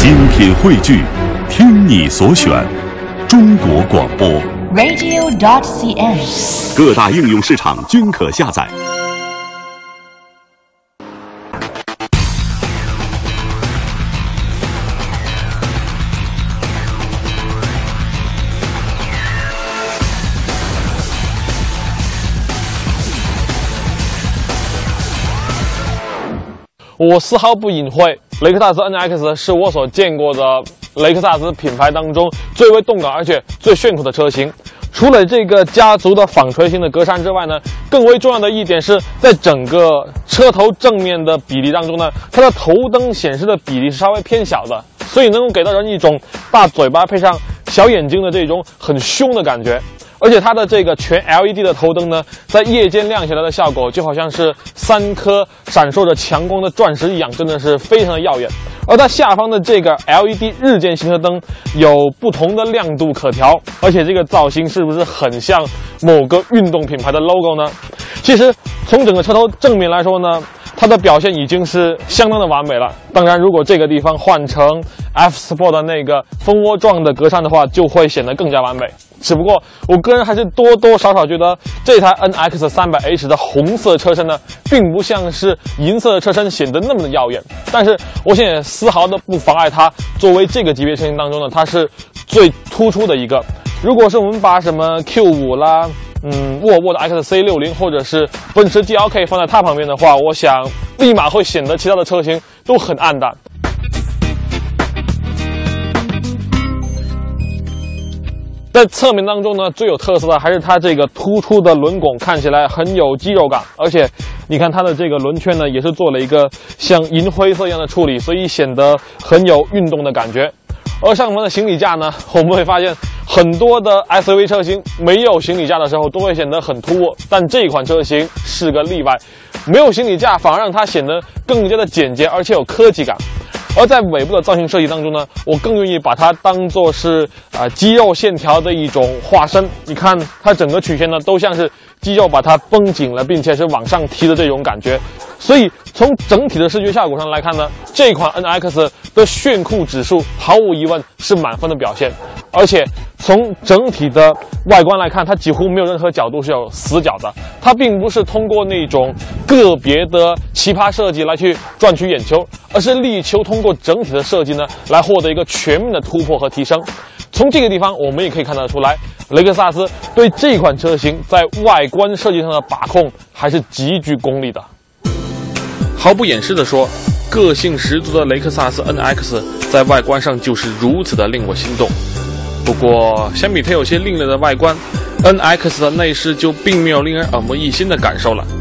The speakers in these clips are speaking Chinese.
精品汇聚，听你所选，中国广播 radio.cn， 各大应用市场均可下载。 我丝毫不隐晦，雷克萨斯 NX 是我所见过的雷克萨斯品牌当中最为动感而且最炫酷的车型。除了这个家族的纺锤形的格栅之外呢，更为重要的一点是在整个车头正面的比例当中呢，它的头灯显示的比例是稍微偏小的，所以能够给到人一种大嘴巴配上小眼睛的这种很凶的感觉。而且它的这个全 LED 的头灯呢，在夜间亮起来的效果就好像是3颗闪烁着强光的钻石一样，真的是非常的耀眼。而它下方的这个 LED 日间行车灯有不同的亮度可调，而且这个造型是不是很像某个运动品牌的 logo 呢？其实从整个车头正面来说呢，它的表现已经是相当的完美了。当然，如果这个地方换成 F Sport 的那个蜂窝状的格栅的话，就会显得更加完美。只不过我个人还是多多少少觉得这台 NX 300H 的红色车身呢，并不像是银色的车身显得那么的耀眼。但是我现在也丝毫的不妨碍它作为这个级别车型当中呢，它是最突出的一个。如果是我们把什么 Q5 啦，沃尔沃的 XC60 或者是奔驰 GLK 放在它旁边的话，我想立马会显得其他的车型都很暗淡。在侧面当中呢，最有特色的还是它这个突出的轮拱，看起来很有肌肉感，而且你看它的这个轮圈呢，也是做了一个像银灰色一样的处理，所以显得很有运动的感觉。而上方的行李架呢，我们会发现很多的 SUV 车型没有行李架的时候都会显得很突兀，但这款车型是个例外，没有行李架反而让它显得更加的简洁，而且有科技感。而在尾部的造型设计当中呢，我更愿意把它当作是肌肉线条的一种化身。你看它整个曲线呢，都像是肌肉把它绷紧了，并且是往上提的这种感觉。所以从整体的视觉效果上来看呢，这款 NX 的炫酷指数毫无疑问是满分的表现。而且从整体的外观来看，它几乎没有任何角度是有死角的，它并不是通过那种个别的奇葩设计来去赚取眼球，而是力求通过整体的设计呢，来获得一个全面的突破和提升。从这个地方我们也可以看得出来，雷克萨斯对这款车型在外观设计上的把控还是极具功力的。毫不掩饰地说，个性十足的雷克萨斯 NX 在外观上就是如此的令我心动。不过相比它有些另类的外观， NX 的内饰就并没有令人耳目一新的感受了。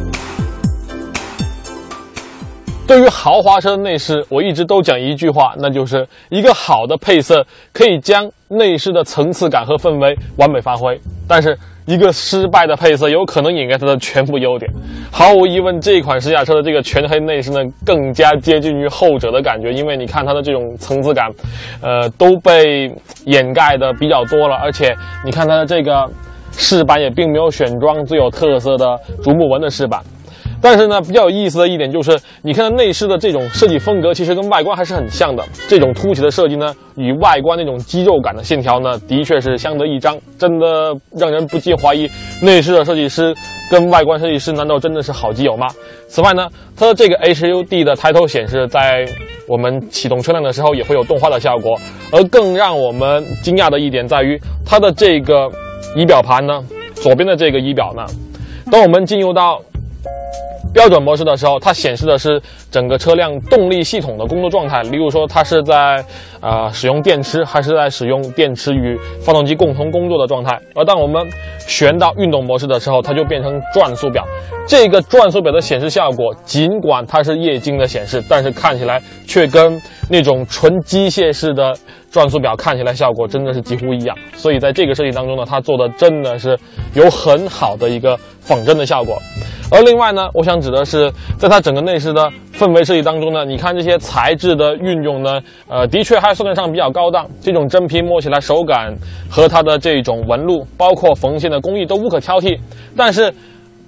对于豪华车的内饰，我一直都讲一句话，那就是一个好的配色可以将内饰的层次感和氛围完美发挥，但是一个失败的配色有可能掩盖它的全部优点。毫无疑问，这款试驾车的这个全黑内饰呢，更加接近于后者的感觉，因为你看它的这种层次感都被掩盖的比较多了，而且你看它的这个饰板也并没有选装最有特色的竹木纹的饰板。但是呢，比较有意思的一点就是，你看内饰的这种设计风格其实跟外观还是很像的。这种凸起的设计呢，与外观那种肌肉感的线条呢，的确是相得益彰，真的让人不禁怀疑内饰的设计师跟外观设计师难道真的是好基友吗？此外呢，它的这个 HUD 的抬头显示在我们启动车辆的时候也会有动画的效果，而更让我们惊讶的一点在于它的这个仪表盘呢，左边的这个仪表呢，当我们进入到标准模式的时候，它显示的是整个车辆动力系统的工作状态，例如说它是在使用电池，还是在使用电池与发动机共同工作的状态。而当我们旋到运动模式的时候，它就变成转速表。这个转速表的显示效果，尽管它是液晶的显示，但是看起来却跟那种纯机械式的转速表看起来效果真的是几乎一样。所以在这个设计当中呢，它做的真的是有很好的一个仿真的效果。而另外呢，我想指的是，在它整个内饰的氛围设计当中呢，你看这些材质的运用呢，的确还算得上比较高档。这种真皮摸起来手感和它的这种纹路，包括缝线的工艺都无可挑剔。但是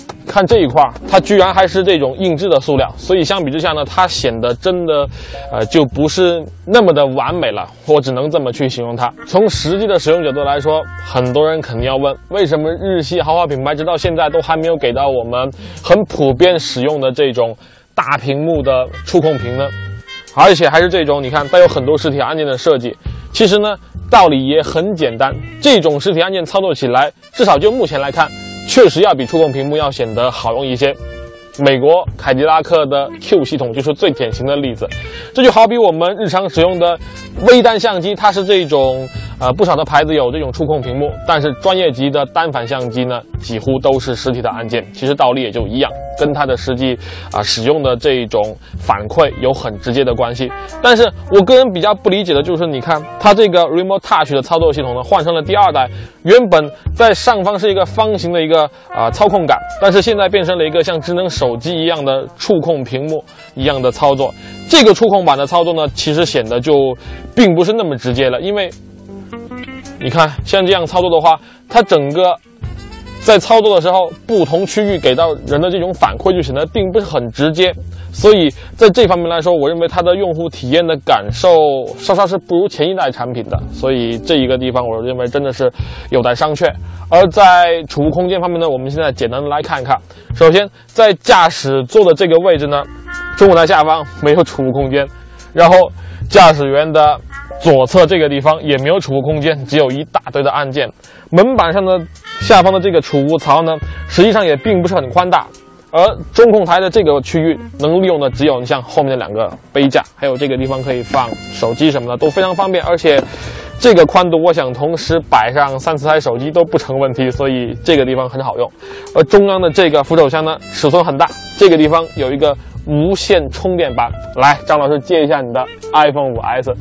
看这一块，它居然还是这种硬质的塑料，所以相比之下呢，它显得真的，就不是那么的完美了。我只能这么去形容它。从实际的使用角度来说，很多人肯定要问，为什么日系豪华品牌直到现在都还没有给到我们很普遍使用的这种大屏幕的触控屏呢？而且还是这种你看带有很多实体按键的设计。其实呢，道理也很简单，这种实体按键操作起来，至少就目前来看，确实要比触控屏幕要显得好用一些。美国凯迪拉克的 Q 系统就是最典型的例子。这就好比我们日常使用的微单相机，它是这种不少的牌子有这种触控屏幕，但是专业级的单反相机呢，几乎都是实体的按键。其实道理也就一样，跟它的实际使用的这种反馈有很直接的关系。但是我个人比较不理解的就是，你看它这个 Remote Touch 的操作系统呢，换成了第2代，原本在上方是一个方形的一个操控杆，但是现在变成了一个像智能手机一样的触控屏幕一样的操作。这个触控板的操作呢，其实显得就并不是那么直接了，因为你看像这样操作的话，它整个在操作的时候，不同区域给到人的这种反馈就显得并不是很直接。所以在这方面来说，我认为它的用户体验的感受稍稍是不如前一代产品的，所以这一个地方我认为真的是有待商榷。而在储物空间方面呢，我们现在简单的来看一看。首先在驾驶座的这个位置呢，中控台下方没有储物空间，然后驾驶员的左侧这个地方也没有储物空间，只有一大堆的按键。门板上的下方的这个储物槽呢，实际上也并不是很宽大，而中控台的这个区域能利用的只有你像后面的2个杯架，还有这个地方可以放手机什么的，都非常方便。而且这个宽度，我想同时摆上3-4台手机都不成问题，所以这个地方很好用。而中央的这个扶手箱呢，尺寸很大，这个地方有一个无线充电板。来，张老师借一下你的 iPhone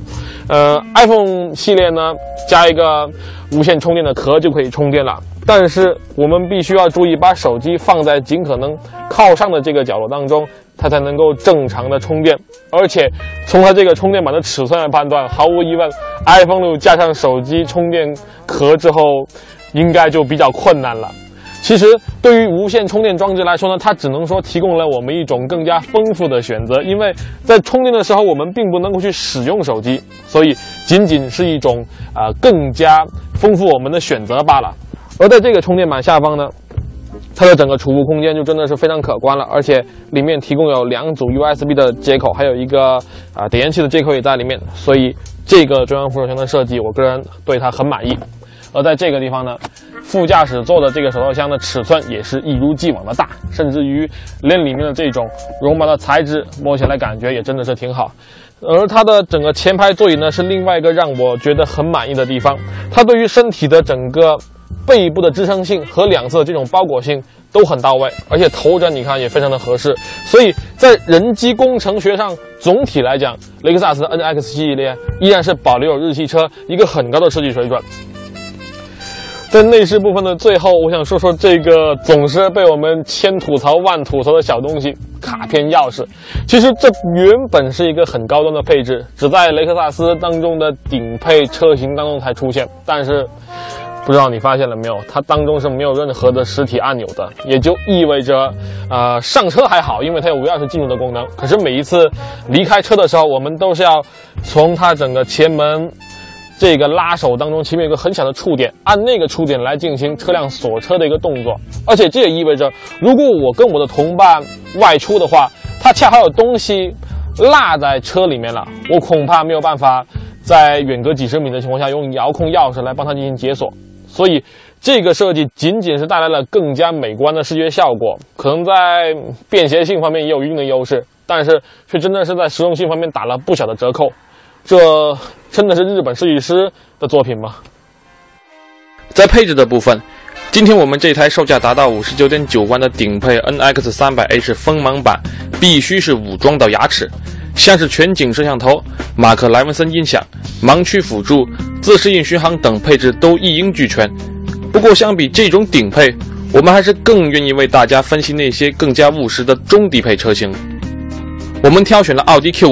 5S。iPhone 系列呢，加一个无线充电的壳就可以充电了。但是我们必须要注意，把手机放在尽可能靠上的这个角落当中，它才能够正常的充电。而且从它这个充电板的尺寸来判断，毫无疑问 iPhone 6加上手机充电壳之后，应该就比较困难了。其实对于无线充电装置来说呢，它只能说提供了我们一种更加丰富的选择，因为在充电的时候我们并不能够去使用手机，所以仅仅是一种更加丰富我们的选择罢了。而在这个充电板下方呢，它的整个储物空间就真的是非常可观了，而且里面提供有2组 USB 的接口，还有一个点烟器的接口也在里面，所以这个中央扶手箱的设计，我个人对它很满意。而在这个地方呢，副驾驶座的这个手套箱的尺寸也是一如既往的大，甚至于连里面的这种绒毛的材质摸起来感觉也真的是挺好。而它的整个前排座椅呢，是另外一个让我觉得很满意的地方，它对于身体的整个背部的支撑性和2侧这种包裹性都很到位，而且头枕你看也非常的合适，所以在人机工程学上，总体来讲，雷克萨斯 NX 系列依然是保留日系车一个很高的设计水准。在内饰部分的最后，我想说说这个总是被我们千吐槽万吐槽的小东西——卡片钥匙。其实这原本是一个很高端的配置，只在雷克萨斯当中的顶配车型当中才出现，但是不知道你发现了没有，它当中是没有任何的实体按钮的，也就意味着上车还好，因为它有无钥匙进入的功能，可是每一次离开车的时候，我们都是要从它整个前门这个拉手当中，前面有个很小的触点，按那个触点来进行车辆锁车的一个动作。而且这也意味着，如果我跟我的同伴外出的话，他恰好有东西落在车里面了，我恐怕没有办法在远隔几十米的情况下用遥控钥匙来帮他进行解锁。所以这个设计仅仅是带来了更加美观的视觉效果，可能在便携性方面也有一定的优势，但是却真的是在实用性方面打了不小的折扣。这真的是日本设计师的作品吗？在配置的部分，今天我们这台售价达到59.9万的顶配 NX 300H 锋芒版必须是武装到牙齿，像是全景摄像头、马克莱文森音响、盲区辅助、自适应巡航等配置都一应俱全。不过相比这种顶配，我们还是更愿意为大家分析那些更加务实的中低配车型。我们挑选了奥迪 Q5、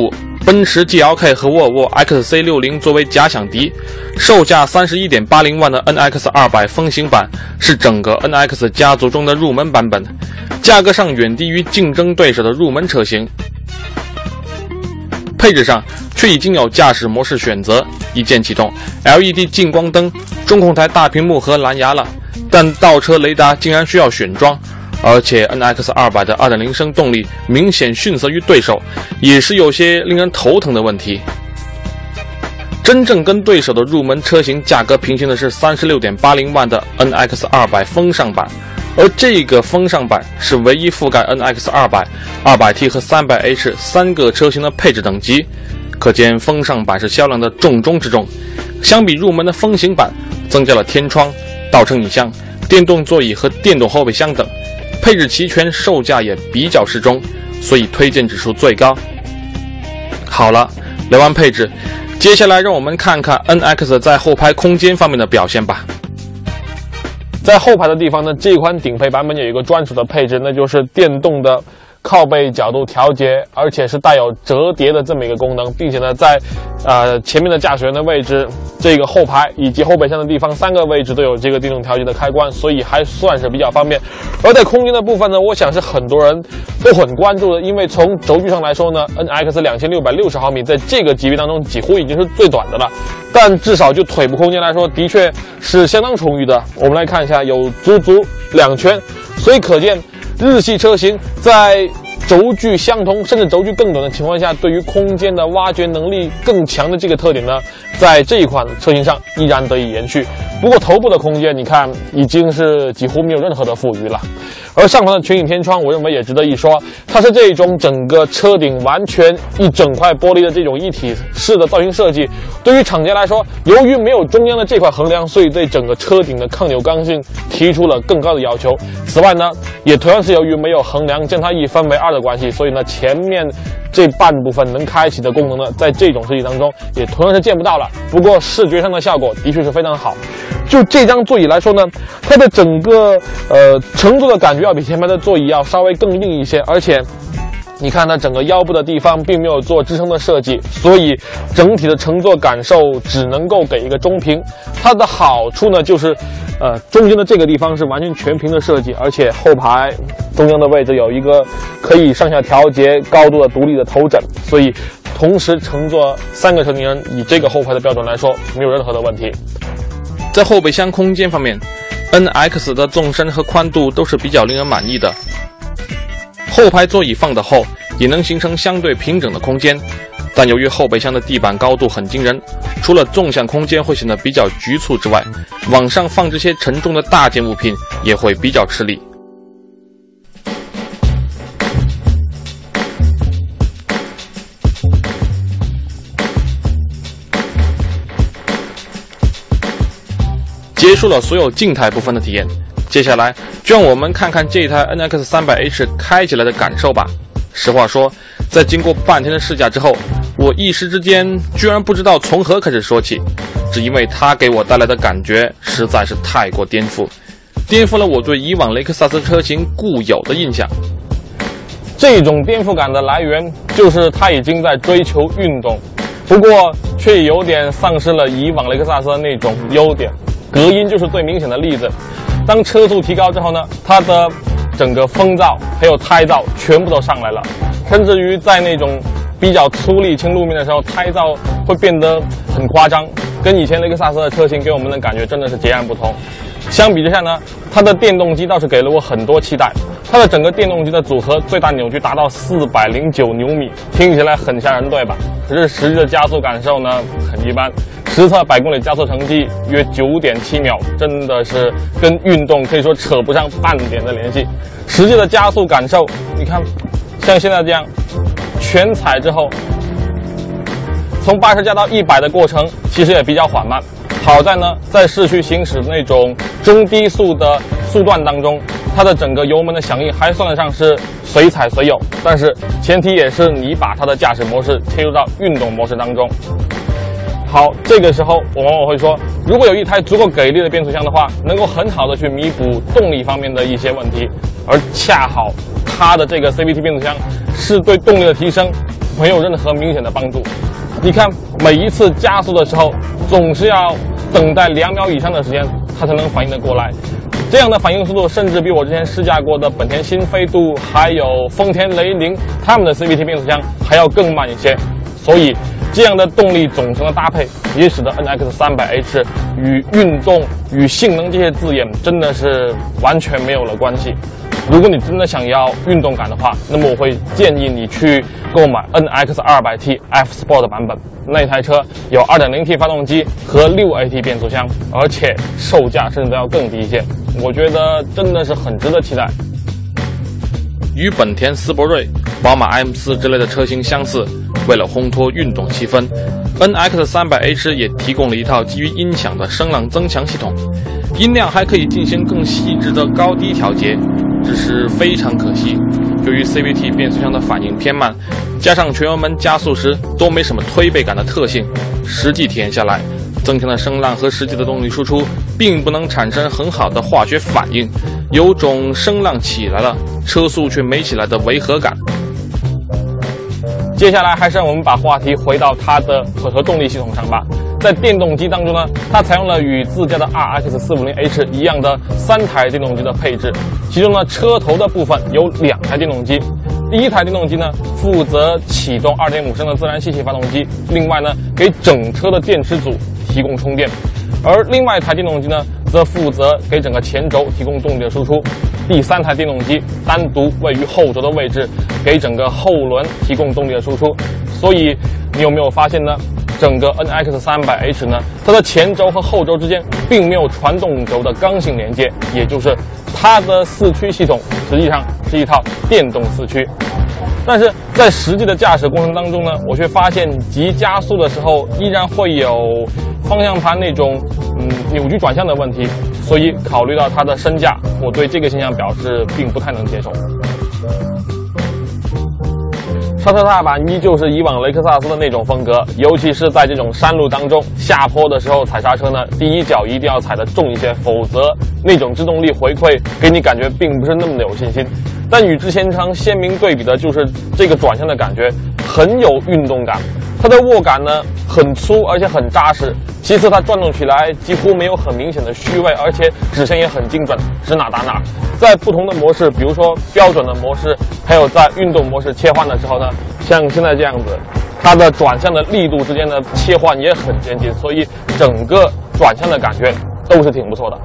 奔驰 GLK 和沃尔沃 XC60 作为假想敌，售价31.80万的 NX200 风行版是整个 NX 家族中的入门版本，价格上远低于竞争对手的入门车型。配置上却已经有驾驶模式选择，一键启动 LED 近光灯、中控台大屏幕和蓝牙了，但倒车雷达竟然需要选装。而且 NX200 的 2.0 升动力明显逊色于对手，也是有些令人头疼的问题。真正跟对手的入门车型价格平行的是 36.80 万的 NX200 风尚版，而这个风尚版是唯一覆盖 NX200、200T 和 300H 3个车型的配置等级，可见风尚版是销量的重中之重。相比入门的风行版，增加了天窗、倒车影像、电动座椅和电动后备箱等，配置齐全，售价也比较适中，所以推荐指数最高。好了，聊完配置，接下来让我们看看 NX 在后排空间方面的表现吧。 在后排的地方呢，这款顶配版本有一个专属的配置，那就是电动的靠背角度调节，而且是带有折叠的这么一个功能，并且呢，在前面的驾驶员的位置、这个后排以及后备箱的地方3个位置都有这个电动调节的开关，所以还算是比较方便。而在空间的部分呢，我想是很多人都很关注的，因为从轴距上来说呢 ，NX 2660毫米在这个级别当中几乎已经是最短的了，但至少就腿部空间来说，的确是相当充裕的。我们来看一下，有足足2圈，所以可见日系车型在轴距相同甚至轴距更短的情况下，对于空间的挖掘能力更强的这个特点呢，在这一款车型上依然得以延续。不过头部的空间你看已经是几乎没有任何的富余了。而上方的全景天窗我认为也值得一说，它是这种整个车顶完全一整块玻璃的这种一体式的造型设计，对于厂家来说，由于没有中央的这块横梁，所以对整个车顶的抗扭刚性提出了更高的要求。此外呢，也同样是由于没有横梁将它一分为2的关系，所以呢前面这半部分能开启的功能呢，在这种设计当中也同样是见不到了。不过视觉上的效果的确是非常好。就这张座椅来说呢，它的整个乘坐的感觉要比前排的座椅要稍微更硬一些，而且你看它整个腰部的地方并没有做支撑的设计，所以整体的乘坐感受只能够给一个中评。它的好处呢就是中间的这个地方是完全全屏的设计，而且后排中央的位置有一个可以上下调节高度的独立的头枕，所以同时乘坐3个成年人，以这个后排的标准来说没有任何的问题。 在后备箱空间方面， NX 的纵深和宽度都是比较令人满意的，后排座椅放得厚，也能形成相对平整的空间，但由于后备箱的地板高度很惊人，除了纵向空间会显得比较局促之外，往上放这些沉重的大件物品也会比较吃力。结束了所有静态部分的体验，接下来就让我们看看这台 NX 300H 开起来的感受吧。实话说，在经过半天的试驾之后，我一时之间居然不知道从何开始说起，只因为它给我带来的感觉实在是太过颠覆了我对以往雷克萨斯车型固有的印象。 这种颠覆感的来源就是它已经在追求运动，不过却有点丧失了以往雷克萨斯的那种优点。隔音就是最明显的例子，当车速提高之后呢，它的整个风噪还有胎噪全部都上来了，甚至于在那种比较粗砺轻路面的时候，胎噪会变得很夸张，跟以前雷克萨斯的车型给我们的感觉真的是截然不同。相比之下呢，它的电动机倒是给了我很多期待，它的整个电动机的组合最大扭矩达到409牛米，听起来很吓人对吧？可是实际的加速感受呢很一般，实测100公里加速成绩约9.7秒，真的是跟运动可以说扯不上半点的联系。实际的加速感受，你看像现在这样全踩之后，从80加到100的过程其实也比较缓慢。好在呢，在市区行驶那种中低速的速段当中，它的整个油门的响应还算得上是随踩随有，但是前提也是你把它的驾驶模式切入到运动模式当中。好，这个时候我往往会说，如果有一台足够给力的变速箱的话，能够很好的去弥补动力方面的一些问题，而恰好它的这个 CVT 变速箱是对动力的提升没有任何明显的帮助。你看，每一次加速的时候，总是要等待2秒以上的时间，它才能反应得过来。这样的反应速度，甚至比我之前试驾过的本田新飞度，还有丰田雷凌他们的 CVT 变速箱还要更慢一些。所以，这样的动力总成的搭配，也使得 NX300H 与运动、与性能这些字眼真的是完全没有了关系。如果你真的想要运动感的话，那么我会建议你去购买 NX200T F Sport 的版本。那台车有 2.0T 发动机和6AT 变速箱，而且售价甚至都要更低一些。我觉得真的是很值得期待。 与本田斯铂瑞、宝马 M4 之类的车型相似，为了烘托运动气氛， NX300H 也提供了一套基于音响的声浪增强系统，音量还可以进行更细致的高低调节。只是非常可惜，由于 CVT 变速箱的反应偏慢，加上全油门加速时都没什么推背感的特性，实际体验下来，增强的声浪和实际的动力输出并不能产生很好的化学反应，有种声浪起来了，车速却没起来的违和感。 接下来还是让我们把话题回到它的混合动力系统上吧。在电动机当中呢，它采用了与自家的 RX450H 一样的3台电动机的配置，其中呢，车头的部分有2台电动机。第一台电动机呢，负责启动2.5升的自然吸气发动机，另外呢，给整车的电池组提供充电。而另外一台电动机呢，则负责给整个前轴提供动力的输出。第3台电动机单独位于后轴的位置，给整个后轮提供动力的输出。所以你有没有发现呢？整个 NX300H 呢，它的前轴和后轴之间并没有传动轴的刚性连接，也就是它的4驱系统实际上是一套电动4驱。但是在实际的驾驶过程当中呢，我却发现急加速的时候依然会有方向盘那种扭矩转向的问题，所以考虑到它的身价，我对这个现象表示并不太能接受。刹车踏板依旧是以往雷克萨斯的那种风格，尤其是在这种山路当中，下坡的时候踩刹车呢，第一脚一定要踩得重一些，否则那种制动力回馈给你感觉并不是那么的有信心。但与之前常鲜明对比的就是这个转向的感觉很有运动感，它的握感呢很粗而且很扎实。其次，它转动起来几乎没有很明显的虚位，而且指向也很精准，指哪打哪。在不同的模式，比如说标准的模式，还有在运动模式切换的时候呢，像现在这样子，它的转向的力度之间的切换也很接近，所以整个转向的感觉都是挺不错的。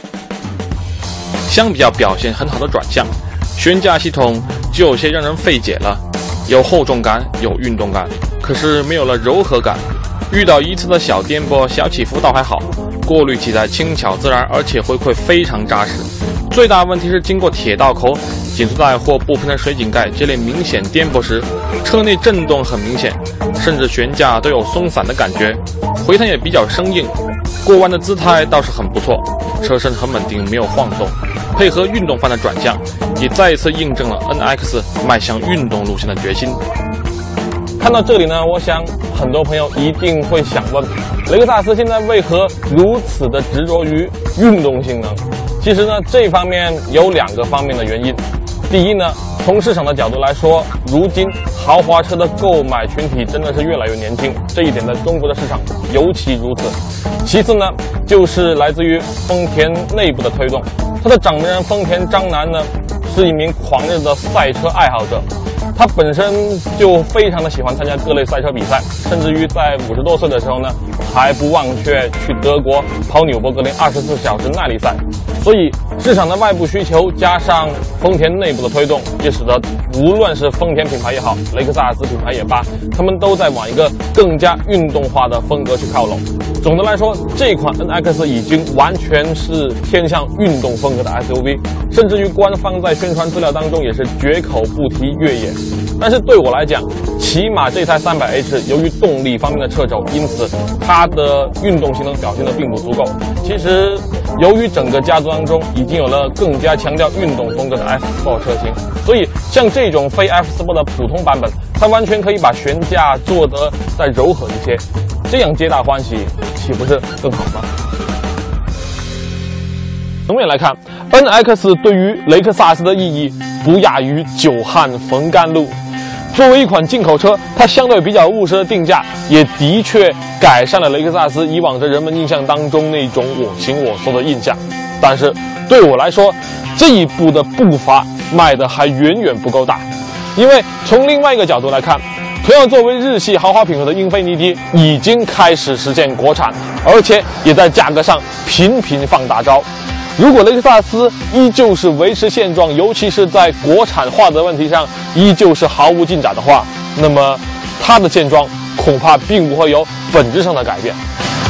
相比较表现很好的转向，悬架系统就有些让人费解了，有厚重感，有运动感，可是没有了柔和感。遇到一次的小颠簸、小起伏倒还好，过滤起来轻巧自然，而且回馈非常扎实。最大问题是经过铁道口、减速带或不平的水井盖这类明显颠簸时，车内震动很明显，甚至悬架都有松散的感觉，回弹也比较生硬。过弯的姿态倒是很不错，车身很稳定，没有晃动，配合运动范的转向，也再一次印证了 NX 迈向运动路线的决心。 看到这里呢，我想很多朋友一定会想问，雷克萨斯现在为何如此的执着于运动性能？其实呢，这方面有2个方面的原因。第一呢，从市场的角度来说，如今豪华车的购买群体真的是越来越年轻，这一点在中国的市场尤其如此。其次呢，就是来自于丰田内部的推动，它的掌门人丰田章男呢，是一名狂热的赛车爱好者。他本身就非常的喜欢参加各类赛车比赛，甚至于在50多岁的时候呢，还不忘却去德国跑纽博格林24小时耐力赛。所以市场的外部需求加上丰田内部的推动，也使得无论是丰田品牌也好，雷克萨斯品牌也罢，他们都在往一个更加运动化的风格去靠拢。总的来说，这款 NX 已经完全是偏向运动风格的 SUV， 甚至于官方在宣传资料当中也是绝口不提越野。但是对我来讲，起码这台 300H 由于动力方面的掣肘，因此它的运动性能表现的并不足够。其实由于整个家族当中已经有了更加强调运动风格的 F Sport 车型，所以像这种非 F Sport 的普通版本，它完全可以把悬架做得再柔和一些，这样皆大欢喜，岂不是更好吗？总体来看， NX 对于雷克萨斯的意义不亚于久旱逢甘露。 作为一款进口车，它相对比较务实的定价，也的确改善了雷克萨斯以往在人们印象当中那种我行我素的印象。但是对我来说，这一步的步伐迈得还远远不够大，因为从另外一个角度来看，同样作为日系豪华品牌的英菲尼迪已经开始实现国产，而且也在价格上频频放大招。如果雷克萨斯依旧是维持现状，尤其是在国产化的问题上依旧是毫无进展的话，那么它的现状恐怕并不会有本质上的改变。